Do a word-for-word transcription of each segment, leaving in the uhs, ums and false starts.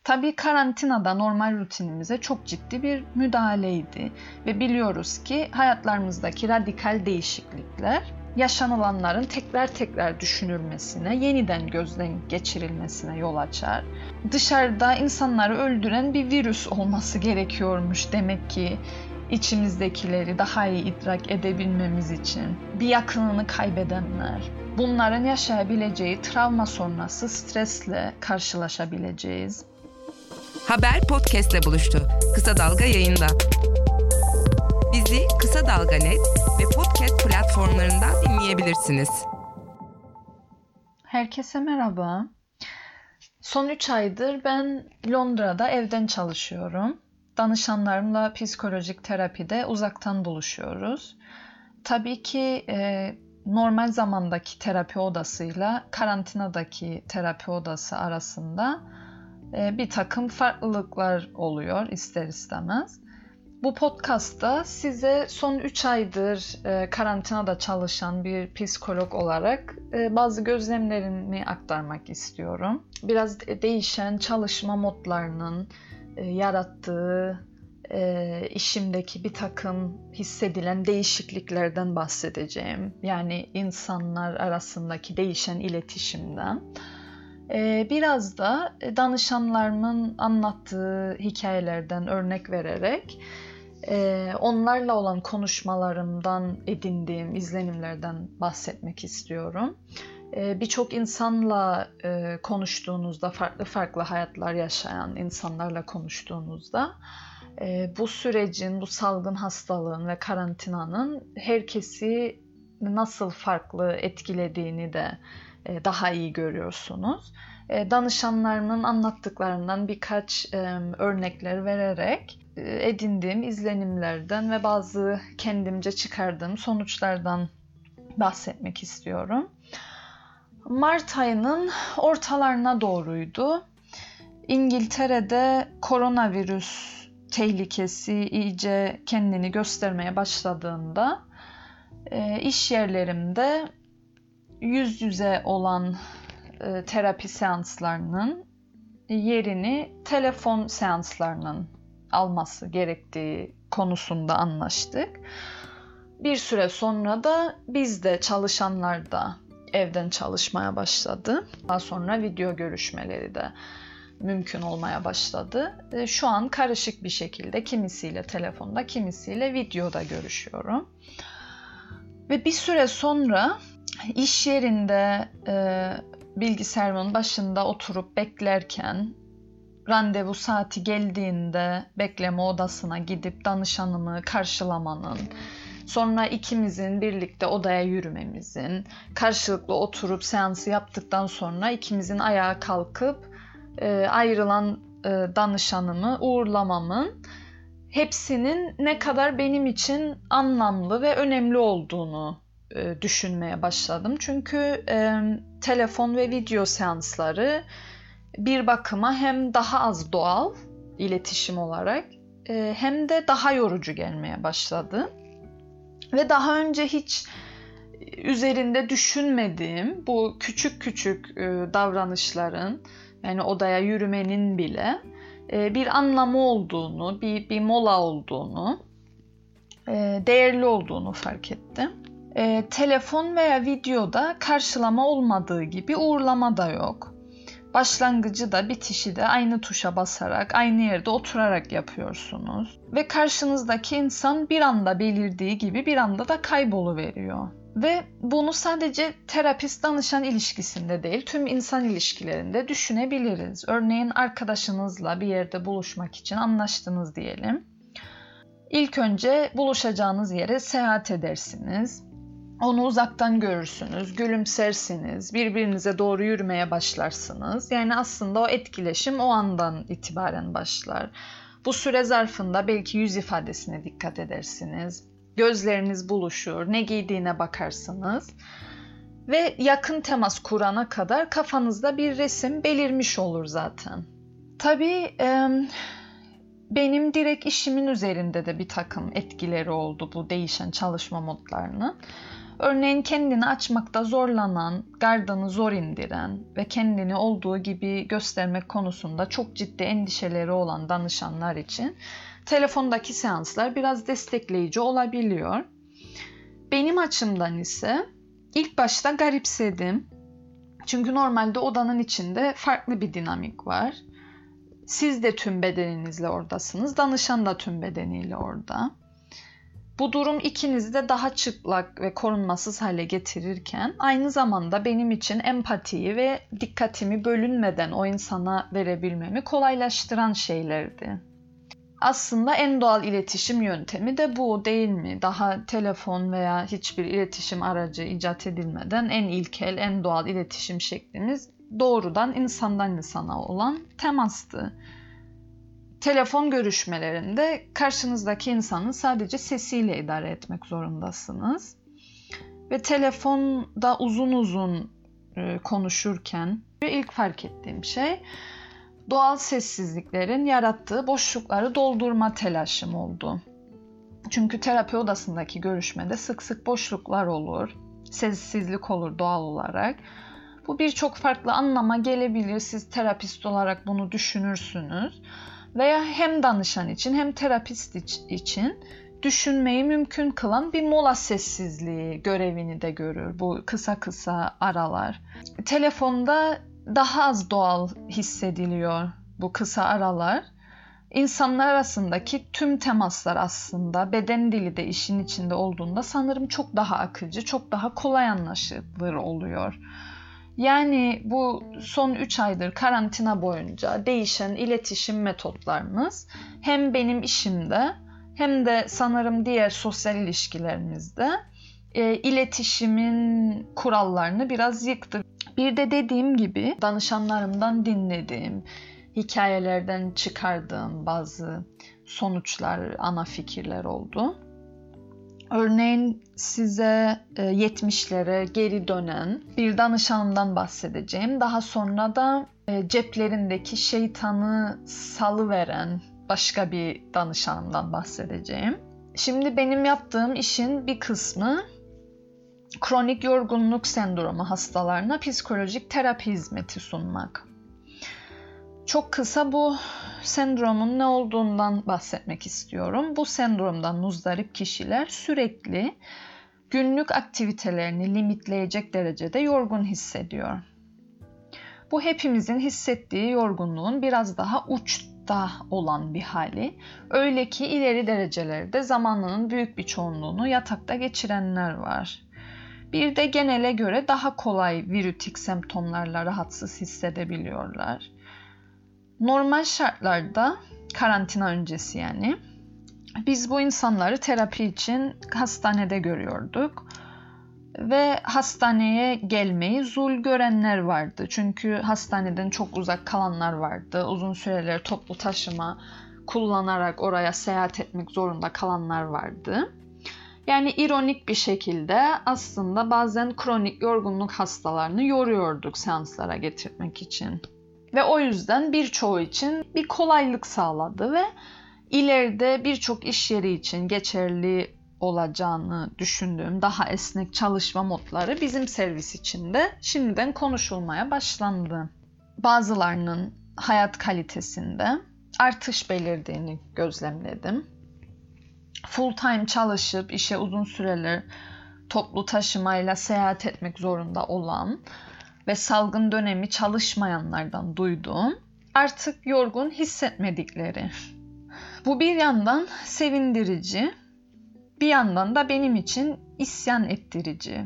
Tabii karantinada normal rutinimize çok ciddi bir müdahaleydi ve biliyoruz ki hayatlarımızdaki radikal değişiklikler yaşanılanların tekrar tekrar düşünülmesine, yeniden gözden geçirilmesine yol açar. Dışarıda insanları öldüren bir virüs olması gerekiyormuş demek ki içimizdekileri daha iyi idrak edebilmemiz için. Bir yakınını kaybedenler, bunların yaşayabileceği travma sonrası stresle karşılaşabileceğiz. Haber podcast'le buluştu. Kısa Dalga yayında. Bizi Kısa Dalga nokta net ve podcast platformlarından dinleyebilirsiniz. Herkese merhaba. Son üç aydır ben Londra'da evden çalışıyorum. Danışanlarımla psikolojik terapide uzaktan buluşuyoruz. Tabii ki e, normal zamandaki terapi odasıyla karantinadaki terapi odası arasında e, bir takım farklılıklar oluyor ister istemez. Bu podcast'ta size son üç aydır e, karantinada çalışan bir psikolog olarak e, bazı gözlemlerimi aktarmak istiyorum. Biraz değişen çalışma modlarının e, yarattığı e, işimdeki bir takım hissedilen değişikliklerden bahsedeceğim. Yani insanlar arasındaki değişen iletişimden. E, biraz da danışanlarımın anlattığı hikayelerden örnek vererek Ee, onlarla olan konuşmalarımdan edindiğim izlenimlerden bahsetmek istiyorum. Ee, birçok insanla e, konuştuğunuzda, farklı farklı hayatlar yaşayan insanlarla konuştuğunuzda e, bu sürecin, bu salgın hastalığın ve karantinanın herkesi nasıl farklı etkilediğini de e, daha iyi görüyorsunuz. E, danışanlarımın anlattıklarından birkaç e, örnekler vererek edindiğim izlenimlerden ve bazı kendimce çıkardığım sonuçlardan bahsetmek istiyorum. Mart ayının ortalarına doğruydu. İngiltere'de koronavirüs tehlikesi iyice kendini göstermeye başladığında iş yerlerimde yüz yüze olan terapi seanslarının yerini telefon seanslarının alması gerektiği konusunda anlaştık. Bir süre sonra da biz de çalışanlar da evden çalışmaya başladı. Daha sonra video görüşmeleri de mümkün olmaya başladı. Şu an karışık bir şekilde kimisiyle telefonda, kimisiyle videoda görüşüyorum. Ve bir süre sonra iş yerinde e, bilgisayarımın başında oturup beklerken randevu saati geldiğinde bekleme odasına gidip danışanımı karşılamanın, sonra ikimizin birlikte odaya yürümemizin, karşılıklı oturup seansı yaptıktan sonra ikimizin ayağa kalkıp e, ayrılan e, danışanımı uğurlamamın hepsinin ne kadar benim için anlamlı ve önemli olduğunu e, düşünmeye başladım. Çünkü e, telefon ve video seansları bir bakıma hem daha az doğal iletişim olarak hem de daha yorucu gelmeye başladı. Ve daha önce hiç üzerinde düşünmediğim bu küçük küçük davranışların, yani odaya yürümenin bile bir anlamı olduğunu, bir, bir mola olduğunu, değerli olduğunu fark ettim. Telefon veya videoda karşılama olmadığı gibi uğurlama da yok. Başlangıcı da bitişi de aynı tuşa basarak, aynı yerde oturarak yapıyorsunuz. Ve karşınızdaki insan bir anda belirdiği gibi bir anda da kayboluveriyor. Ve bunu sadece terapist-danışan ilişkisinde değil, tüm insan ilişkilerinde düşünebiliriz. Örneğin arkadaşınızla bir yerde buluşmak için anlaştınız diyelim. İlk önce buluşacağınız yere seyahat edersiniz. Onu uzaktan görürsünüz, gülümsersiniz, birbirinize doğru yürümeye başlarsınız. Yani aslında o etkileşim o andan itibaren başlar. Bu süre zarfında belki yüz ifadesine dikkat edersiniz. Gözleriniz buluşur, ne giydiğine bakarsınız. Ve yakın temas kurana kadar kafanızda bir resim belirmiş olur zaten. Tabii e, benim direkt işimin üzerinde de bir takım etkileri oldu bu değişen çalışma modlarının. Örneğin kendini açmakta zorlanan, gardını zor indiren ve kendini olduğu gibi göstermek konusunda çok ciddi endişeleri olan danışanlar için telefondaki seanslar biraz destekleyici olabiliyor. Benim açımdan ise ilk başta garipsedim. Çünkü normalde odanın içinde farklı bir dinamik var. Siz de tüm bedeninizle oradasınız, danışan da tüm bedeniyle orada. Bu durum ikinizi de daha çıplak ve korunmasız hale getirirken aynı zamanda benim için empatiyi ve dikkatimi bölünmeden o insana verebilmemi kolaylaştıran şeylerdi. Aslında en doğal iletişim yöntemi de bu değil mi? Daha telefon veya hiçbir iletişim aracı icat edilmeden en ilkel, en doğal iletişim şeklimiz doğrudan insandan insana olan temastı. Telefon görüşmelerinde karşınızdaki insanı sadece sesiyle idare etmek zorundasınız. Ve telefonda uzun uzun konuşurken ilk fark ettiğim şey doğal sessizliklerin yarattığı boşlukları doldurma telaşım oldu. Çünkü terapi odasındaki görüşmede sık sık boşluklar olur, sessizlik olur doğal olarak. Bu birçok farklı anlama gelebilir. Siz terapist olarak bunu düşünürsünüz. Veya hem danışan için hem terapist için düşünmeyi mümkün kılan bir mola sessizliği görevini de görür bu kısa kısa aralar. Telefonda daha az doğal hissediliyor bu kısa aralar. İnsanlar arasındaki tüm temaslar aslında beden dili de işin içinde olduğunda sanırım çok daha akıcı, çok daha kolay anlaşılır oluyor. Yani bu son üç aydır karantina boyunca değişen iletişim metotlarımız hem benim işimde hem de sanırım diğer sosyal ilişkilerimizde e, iletişimin kurallarını biraz yıktı. Bir de dediğim gibi danışanlarımdan dinlediğim, hikayelerden çıkardığım bazı sonuçlar, ana fikirler oldu. Örneğin size yetmişlere geri dönen bir danışanımdan bahsedeceğim. Daha sonra da ceplerindeki şeytanı salıveren başka bir danışanımdan bahsedeceğim. Şimdi benim yaptığım işin bir kısmı kronik yorgunluk sendromu hastalarına psikolojik terapi hizmeti sunmak. Çok kısa bu sendromun ne olduğundan bahsetmek istiyorum. Bu sendromdan muzdarip kişiler sürekli günlük aktivitelerini limitleyecek derecede yorgun hissediyor. Bu hepimizin hissettiği yorgunluğun biraz daha uçta olan bir hali. Öyle ki ileri derecelerde zamanının büyük bir çoğunluğunu yatakta geçirenler var. Bir de genele göre daha kolay virütik semptomlarla rahatsız hissedebiliyorlar. Normal şartlarda, karantina öncesi yani, biz bu insanları terapi için hastanede görüyorduk. Ve hastaneye gelmeyi zul görenler vardı. Çünkü hastaneden çok uzak kalanlar vardı. Uzun süreler toplu taşıma kullanarak oraya seyahat etmek zorunda kalanlar vardı. Yani ironik bir şekilde aslında bazen kronik yorgunluk hastalarını yoruyorduk seanslara getirmek için. Ve o yüzden birçoğu için bir kolaylık sağladı ve ileride birçok iş yeri için geçerli olacağını düşündüğüm daha esnek çalışma modları bizim servis için de şimdiden konuşulmaya başlandı. Bazılarının hayat kalitesinde artış belirdiğini gözlemledim. Full time çalışıp işe uzun süreler toplu taşımayla seyahat etmek zorunda olan ve salgın dönemi çalışmayanlardan duyduğum artık yorgun hissetmedikleri. Bu bir yandan sevindirici, bir yandan da benim için isyan ettirici.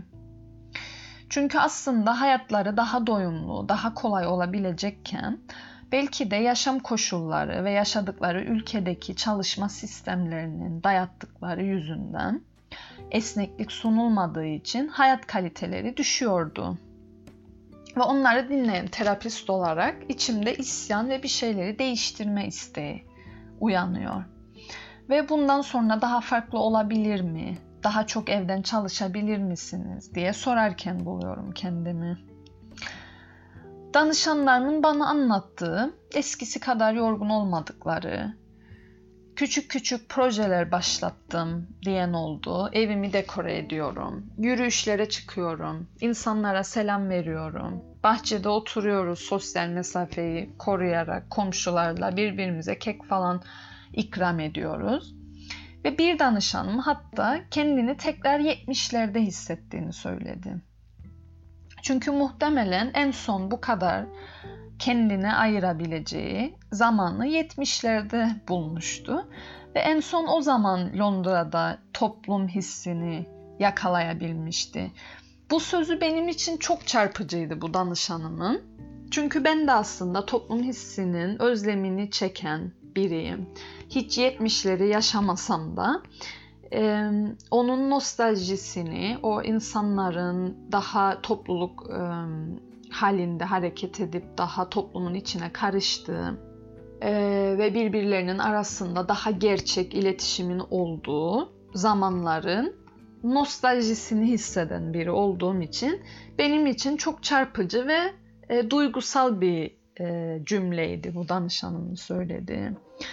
Çünkü aslında hayatları daha doyumlu, daha kolay olabilecekken belki de yaşam koşulları ve yaşadıkları ülkedeki çalışma sistemlerinin dayattıkları yüzünden esneklik sunulmadığı için hayat kaliteleri düşüyordu. Ve onları dinleyen terapist olarak içimde isyan ve bir şeyleri değiştirme isteği uyanıyor. Ve bundan sonra daha farklı olabilir mi? Daha çok evden çalışabilir misiniz diye sorarken buluyorum kendimi. Danışanlarımın bana anlattığı eskisi kadar yorgun olmadıkları, Küçük küçük projeler başlattım diyen oldu. Evimi dekore ediyorum. Yürüyüşlere çıkıyorum. İnsanlara selam veriyorum. Bahçede oturuyoruz sosyal mesafeyi koruyarak komşularla birbirimize kek falan ikram ediyoruz. Ve bir danışanım hatta kendini tekrar yetmişlerde hissettiğini söyledi. Çünkü muhtemelen en son bu kadar kendine ayırabileceği zamanı yetmişlerde bulmuştu. Ve en son o zaman Londra'da toplum hissini yakalayabilmişti. Bu sözü benim için çok çarpıcıydı bu danışanımın. Çünkü ben de aslında toplum hissinin özlemini çeken biriyim. Hiç yetmişleri yaşamasam da e, onun nostaljisini, o insanların daha topluluk e, halinde hareket edip daha toplumun içine karıştığı e, ve birbirlerinin arasında daha gerçek iletişimin olduğu zamanların nostaljisini hisseden biri olduğum için benim için çok çarpıcı ve e, duygusal bir e, cümleydi bu danışanımın söylediği.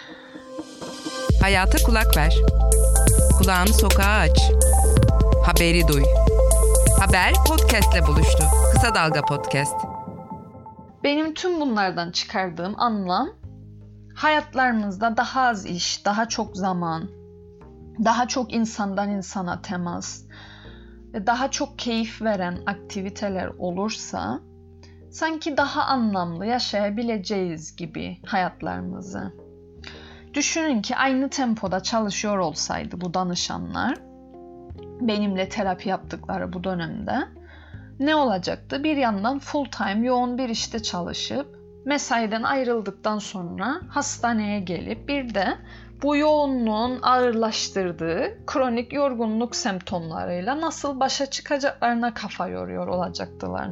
Hayata kulak ver. Kulağını sokağa aç. Haberi duy. Haber podcast'le buluştu. Kısa Dalga Podcast. Benim tüm bunlardan çıkardığım anlam, hayatlarımızda daha az iş, daha çok zaman, daha çok insandan insana temas ve daha çok keyif veren aktiviteler olursa sanki daha anlamlı yaşayabileceğiz gibi hayatlarımızı. Düşünün ki aynı tempoda çalışıyor olsaydı bu danışanlar, benimle terapi yaptıkları bu dönemde ne olacaktı? Bir yandan full time yoğun bir işte çalışıp mesaiden ayrıldıktan sonra hastaneye gelip bir de bu yoğunluğun ağırlaştırdığı kronik yorgunluk semptomlarıyla nasıl başa çıkacaklarına kafa yoruyor olacaktılar.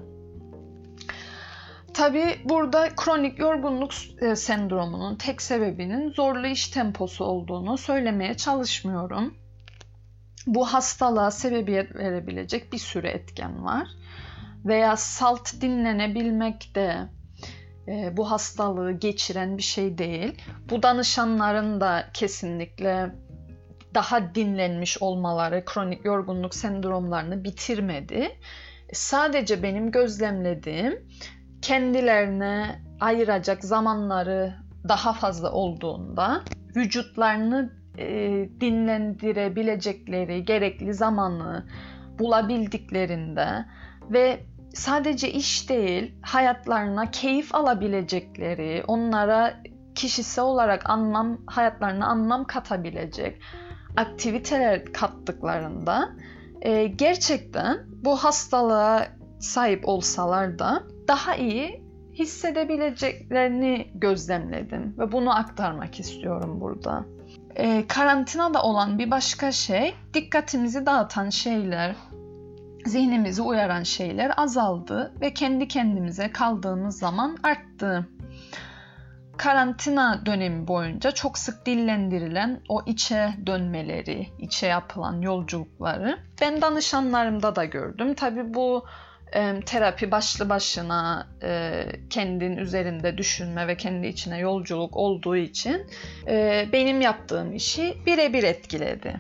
Tabii burada kronik yorgunluk sendromunun tek sebebinin zorlu iş temposu olduğunu söylemeye çalışmıyorum. Bu hastalığa sebebiyet verebilecek bir sürü etken var. Veya salt dinlenebilmek de e, bu hastalığı geçiren bir şey değil. Bu danışanların da kesinlikle daha dinlenmiş olmaları kronik yorgunluk sendromlarını bitirmedi. Sadece benim gözlemlediğim kendilerine ayıracak zamanları daha fazla olduğunda vücutlarını e, dinlendirebilecekleri gerekli zamanı bulabildiklerinde ve sadece iş değil hayatlarına keyif alabilecekleri, onlara kişisel olarak anlam, hayatlarına anlam katabilecek aktiviteler kattıklarında e, gerçekten bu hastalığa sahip olsalar da daha iyi hissedebileceklerini gözlemledim ve bunu aktarmak istiyorum burada. Ee, karantinada olan bir başka şey, dikkatimizi dağıtan şeyler, zihnimizi uyaran şeyler azaldı ve kendi kendimize kaldığımız zaman arttı. Karantina dönemi boyunca çok sık dillendirilen o içe dönmeleri, içe yapılan yolculukları ben danışanlarımda da gördüm. Tabii bu E, terapi başlı başına e, kendin üzerinde düşünme ve kendi içine yolculuk olduğu için e, benim yaptığım işi birebir etkiledi.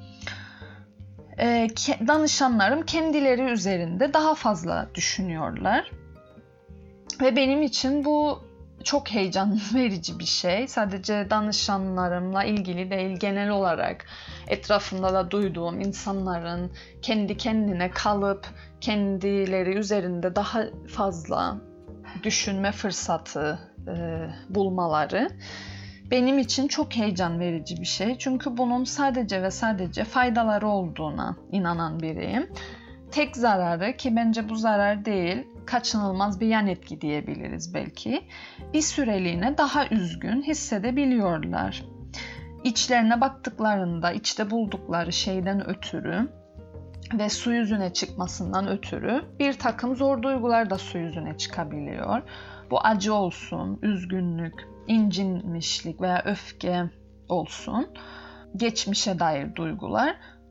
E, ke, danışanlarım kendileri üzerinde daha fazla düşünüyorlar ve benim için bu çok heyecan verici bir şey. Sadece danışanlarımla ilgili değil, genel olarak etrafımda da duyduğum insanların kendi kendine kalıp kendileri üzerinde daha fazla düşünme fırsatı e, bulmaları benim için çok heyecan verici bir şey. Çünkü bunun sadece ve sadece faydaları olduğuna inanan biriyim. Tek zararı, ki bence bu zarar değil, kaçınılmaz bir yan etki diyebiliriz belki, bir süreliğine daha üzgün hissedebiliyorlar. İçlerine baktıklarında, içte buldukları şeyden ötürü ve su yüzüne çıkmasından ötürü bir takım zor duygular da su yüzüne çıkabiliyor. Bu acı olsun, üzgünlük, incinmişlik veya öfke olsun, geçmişe dair duygular.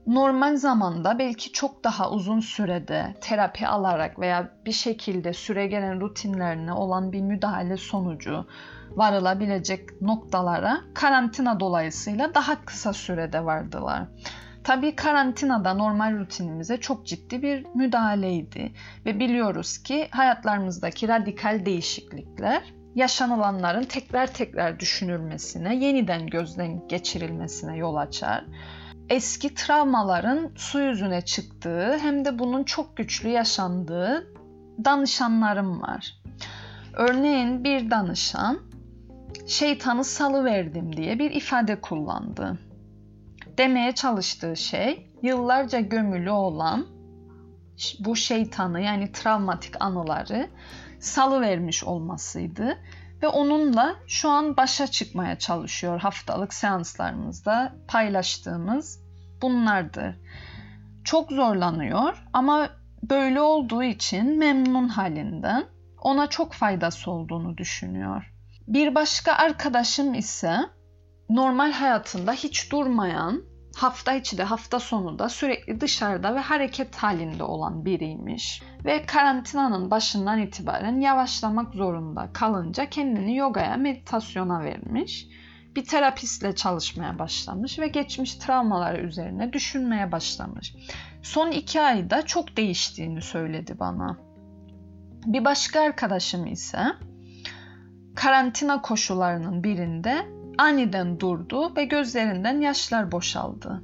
normal zamanda belki çok daha uzun sürede terapi alarak veya bir şekilde süregelen rutinlerine olan bir müdahale sonucu varılabilecek noktalara karantina dolayısıyla daha kısa sürede vardılar. Tabii karantinada normal rutinimize çok ciddi bir müdahaleydi ve biliyoruz ki hayatlarımızdaki radikal değişiklikler yaşanılanların tekrar tekrar düşünülmesine, yeniden gözden geçirilmesine yol açar. Eski travmaların su yüzüne çıktığı hem de bunun çok güçlü yaşandığı danışanlarım var. Örneğin bir danışan şeytanı salıverdim diye bir ifade kullandı. Demeye çalıştığı şey yıllarca gömülü olan bu şeytanı yani travmatik anıları salıvermiş olmasıydı ve onunla şu an başa çıkmaya çalışıyor haftalık seanslarımızda paylaştığımız bunlardır. Çok zorlanıyor ama böyle olduğu için memnun halinden ona çok faydası olduğunu düşünüyor. Bir başka arkadaşım ise normal hayatında hiç durmayan, hafta içi de hafta sonu da sürekli dışarıda ve hareket halinde olan biriymiş. Ve karantinanın başından itibaren yavaşlamak zorunda kalınca kendini yogaya, meditasyona vermiş. Bir terapistle çalışmaya başlamış ve geçmiş travmaları üzerine düşünmeye başlamış. Son iki ayda çok değiştiğini söyledi bana. Bir başka arkadaşım ise karantina koşullarının birinde aniden durdu ve gözlerinden yaşlar boşaldı.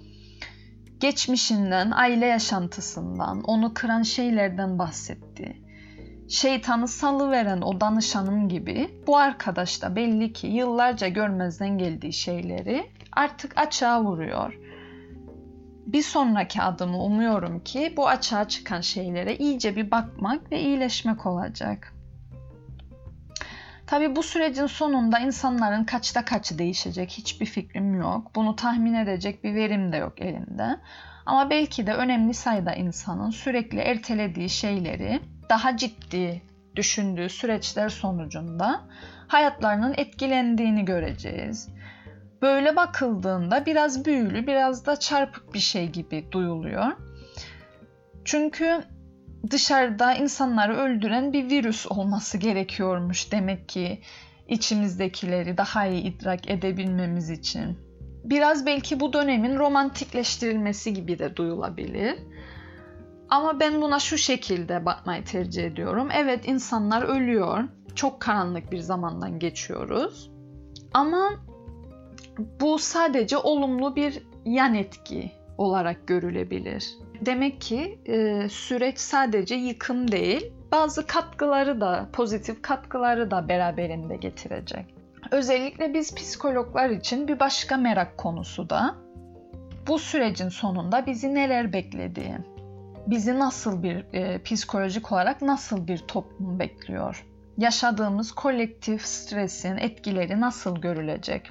Geçmişinden, aile yaşantısından, onu kıran şeylerden bahsetti. Şeytanı salıveren o danışanım gibi bu arkadaş da belli ki yıllarca görmezden geldiği şeyleri artık açığa vuruyor. Bir sonraki adımı umuyorum ki bu açığa çıkan şeylere iyice bir bakmak ve iyileşmek olacak. Tabii bu sürecin sonunda insanların kaçta kaçı değişecek hiçbir fikrim yok. Bunu tahmin edecek bir verim de yok elimde. Ama belki de önemli sayıda insanın sürekli ertelediği şeyleri daha ciddi düşündüğü süreçler sonucunda hayatlarının etkilendiğini göreceğiz. Böyle bakıldığında biraz büyülü, biraz da çarpık bir şey gibi duyuluyor. Çünkü dışarıda insanları öldüren bir virüs olması gerekiyormuş demek ki içimizdekileri daha iyi idrak edebilmemiz için. Biraz belki bu dönemin romantikleştirilmesi gibi de duyulabilir. Ama ben buna şu şekilde bakmayı tercih ediyorum. Evet, insanlar ölüyor. Çok karanlık bir zamandan geçiyoruz. Ama bu sadece olumlu bir yan etki olarak görülebilir. Demek ki e, süreç sadece yıkım değil, bazı katkıları da, pozitif katkıları da beraberinde getirecek. Özellikle biz psikologlar için bir başka merak konusu da bu sürecin sonunda bizi neler beklediği, bizi nasıl bir e, psikolojik olarak nasıl bir toplum bekliyor, yaşadığımız kolektif stresin etkileri nasıl görülecek?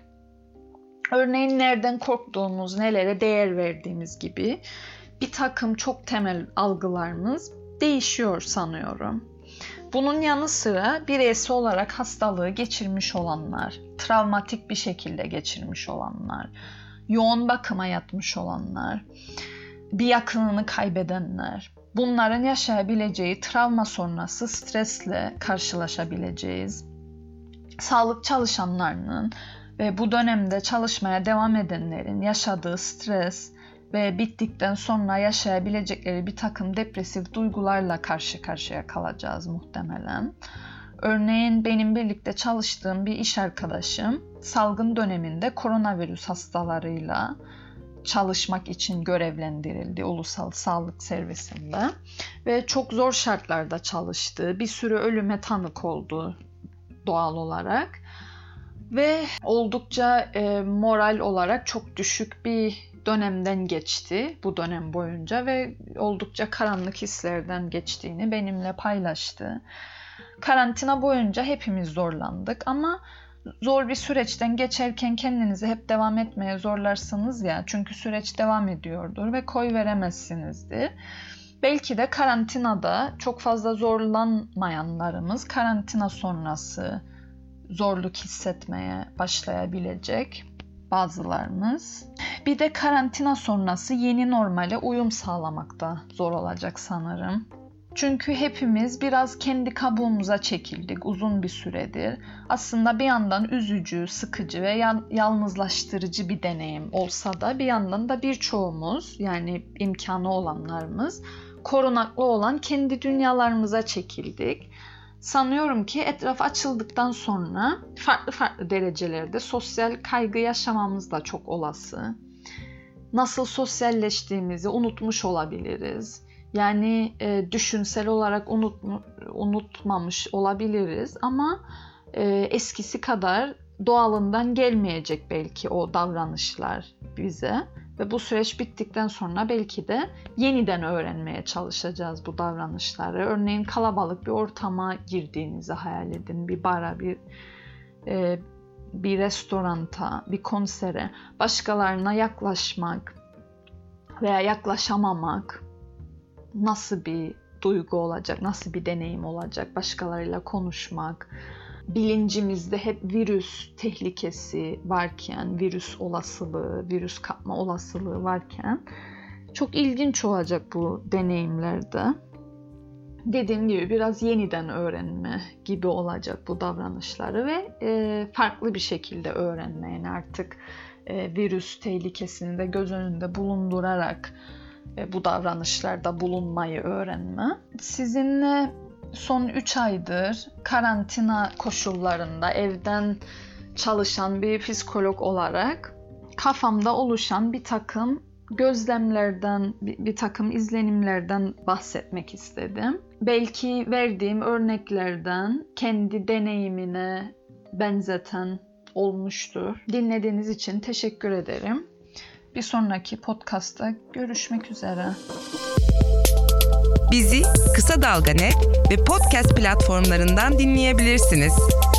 Örneğin nereden korktuğumuz, nelere değer verdiğimiz gibi bir takım çok temel algılarımız değişiyor sanıyorum. Bunun yanı sıra bireysel olarak hastalığı geçirmiş olanlar, travmatik bir şekilde geçirmiş olanlar, yoğun bakıma yatmış olanlar, bir yakınını kaybedenler, bunların yaşayabileceği travma sonrası stresle karşılaşabileceğiz. Sağlık çalışanlarının ve bu dönemde çalışmaya devam edenlerin yaşadığı stres ve bittikten sonra yaşayabilecekleri bir takım depresif duygularla karşı karşıya kalacağız muhtemelen. Örneğin benim birlikte çalıştığım bir iş arkadaşım salgın döneminde koronavirüs hastalarıyla çalışmak için görevlendirildi ulusal sağlık servisinde ve çok zor şartlarda çalıştı. Bir sürü ölüme tanık oldu doğal olarak. Ve oldukça e, moral olarak çok düşük bir dönemden geçti bu dönem boyunca ve oldukça karanlık hislerden geçtiğini benimle paylaştı. Karantina boyunca hepimiz zorlandık ama zor bir süreçten geçerken kendinizi hep devam etmeye zorlarsınız ya, çünkü süreç devam ediyordur ve koy veremezsinizdir. Belki de karantinada çok fazla zorlanmayanlarımız karantina sonrası zorluk hissetmeye başlayabilecek. bazılarımız. Bir de karantina sonrası yeni normale uyum sağlamakta zor olacak sanırım. Çünkü hepimiz biraz kendi kabuğumuza çekildik uzun bir süredir. Aslında bir yandan üzücü, sıkıcı ve yalnızlaştırıcı bir deneyim olsa da bir yandan da birçoğumuz, yani imkanı olanlarımız, korunaklı olan kendi dünyalarımıza çekildik. Sanıyorum ki etraf açıldıktan sonra farklı farklı derecelerde sosyal kaygı yaşamamız da çok olası. Nasıl sosyalleştiğimizi unutmuş olabiliriz. Yani e, düşünsel olarak unutma, unutmamış olabiliriz ama e, eskisi kadar doğalından gelmeyecek belki o davranışlar bize. Ve bu süreç bittikten sonra belki de yeniden öğrenmeye çalışacağız bu davranışları. Örneğin kalabalık bir ortama girdiğinizi hayal edin. Bir bara, bir e, bir restoranta, bir konsere, başkalarına yaklaşmak veya yaklaşamamak nasıl bir duygu olacak, nasıl bir deneyim olacak? Başkalarıyla konuşmak, bilincimizde hep virüs tehlikesi varken, virüs olasılığı, virüs kapma olasılığı varken çok ilginç olacak bu deneyimlerde. Dediğim gibi biraz yeniden öğrenme gibi olacak bu davranışları ve e, farklı bir şekilde öğrenme. Yani artık e, virüs tehlikesini de göz önünde bulundurarak e, bu davranışlarda bulunmayı öğrenme. Sizinle son üç aydır karantina koşullarında evden çalışan bir psikolog olarak kafamda oluşan bir takım gözlemlerden, bir, bir takım izlenimlerden bahsetmek istedim. Belki verdiğim örneklerden kendi deneyimine benzeten olmuştur. Dinlediğiniz için teşekkür ederim. Bir sonraki podcastta görüşmek üzere. Bizi Kısa Dalga Net ve podcast platformlarından dinleyebilirsiniz.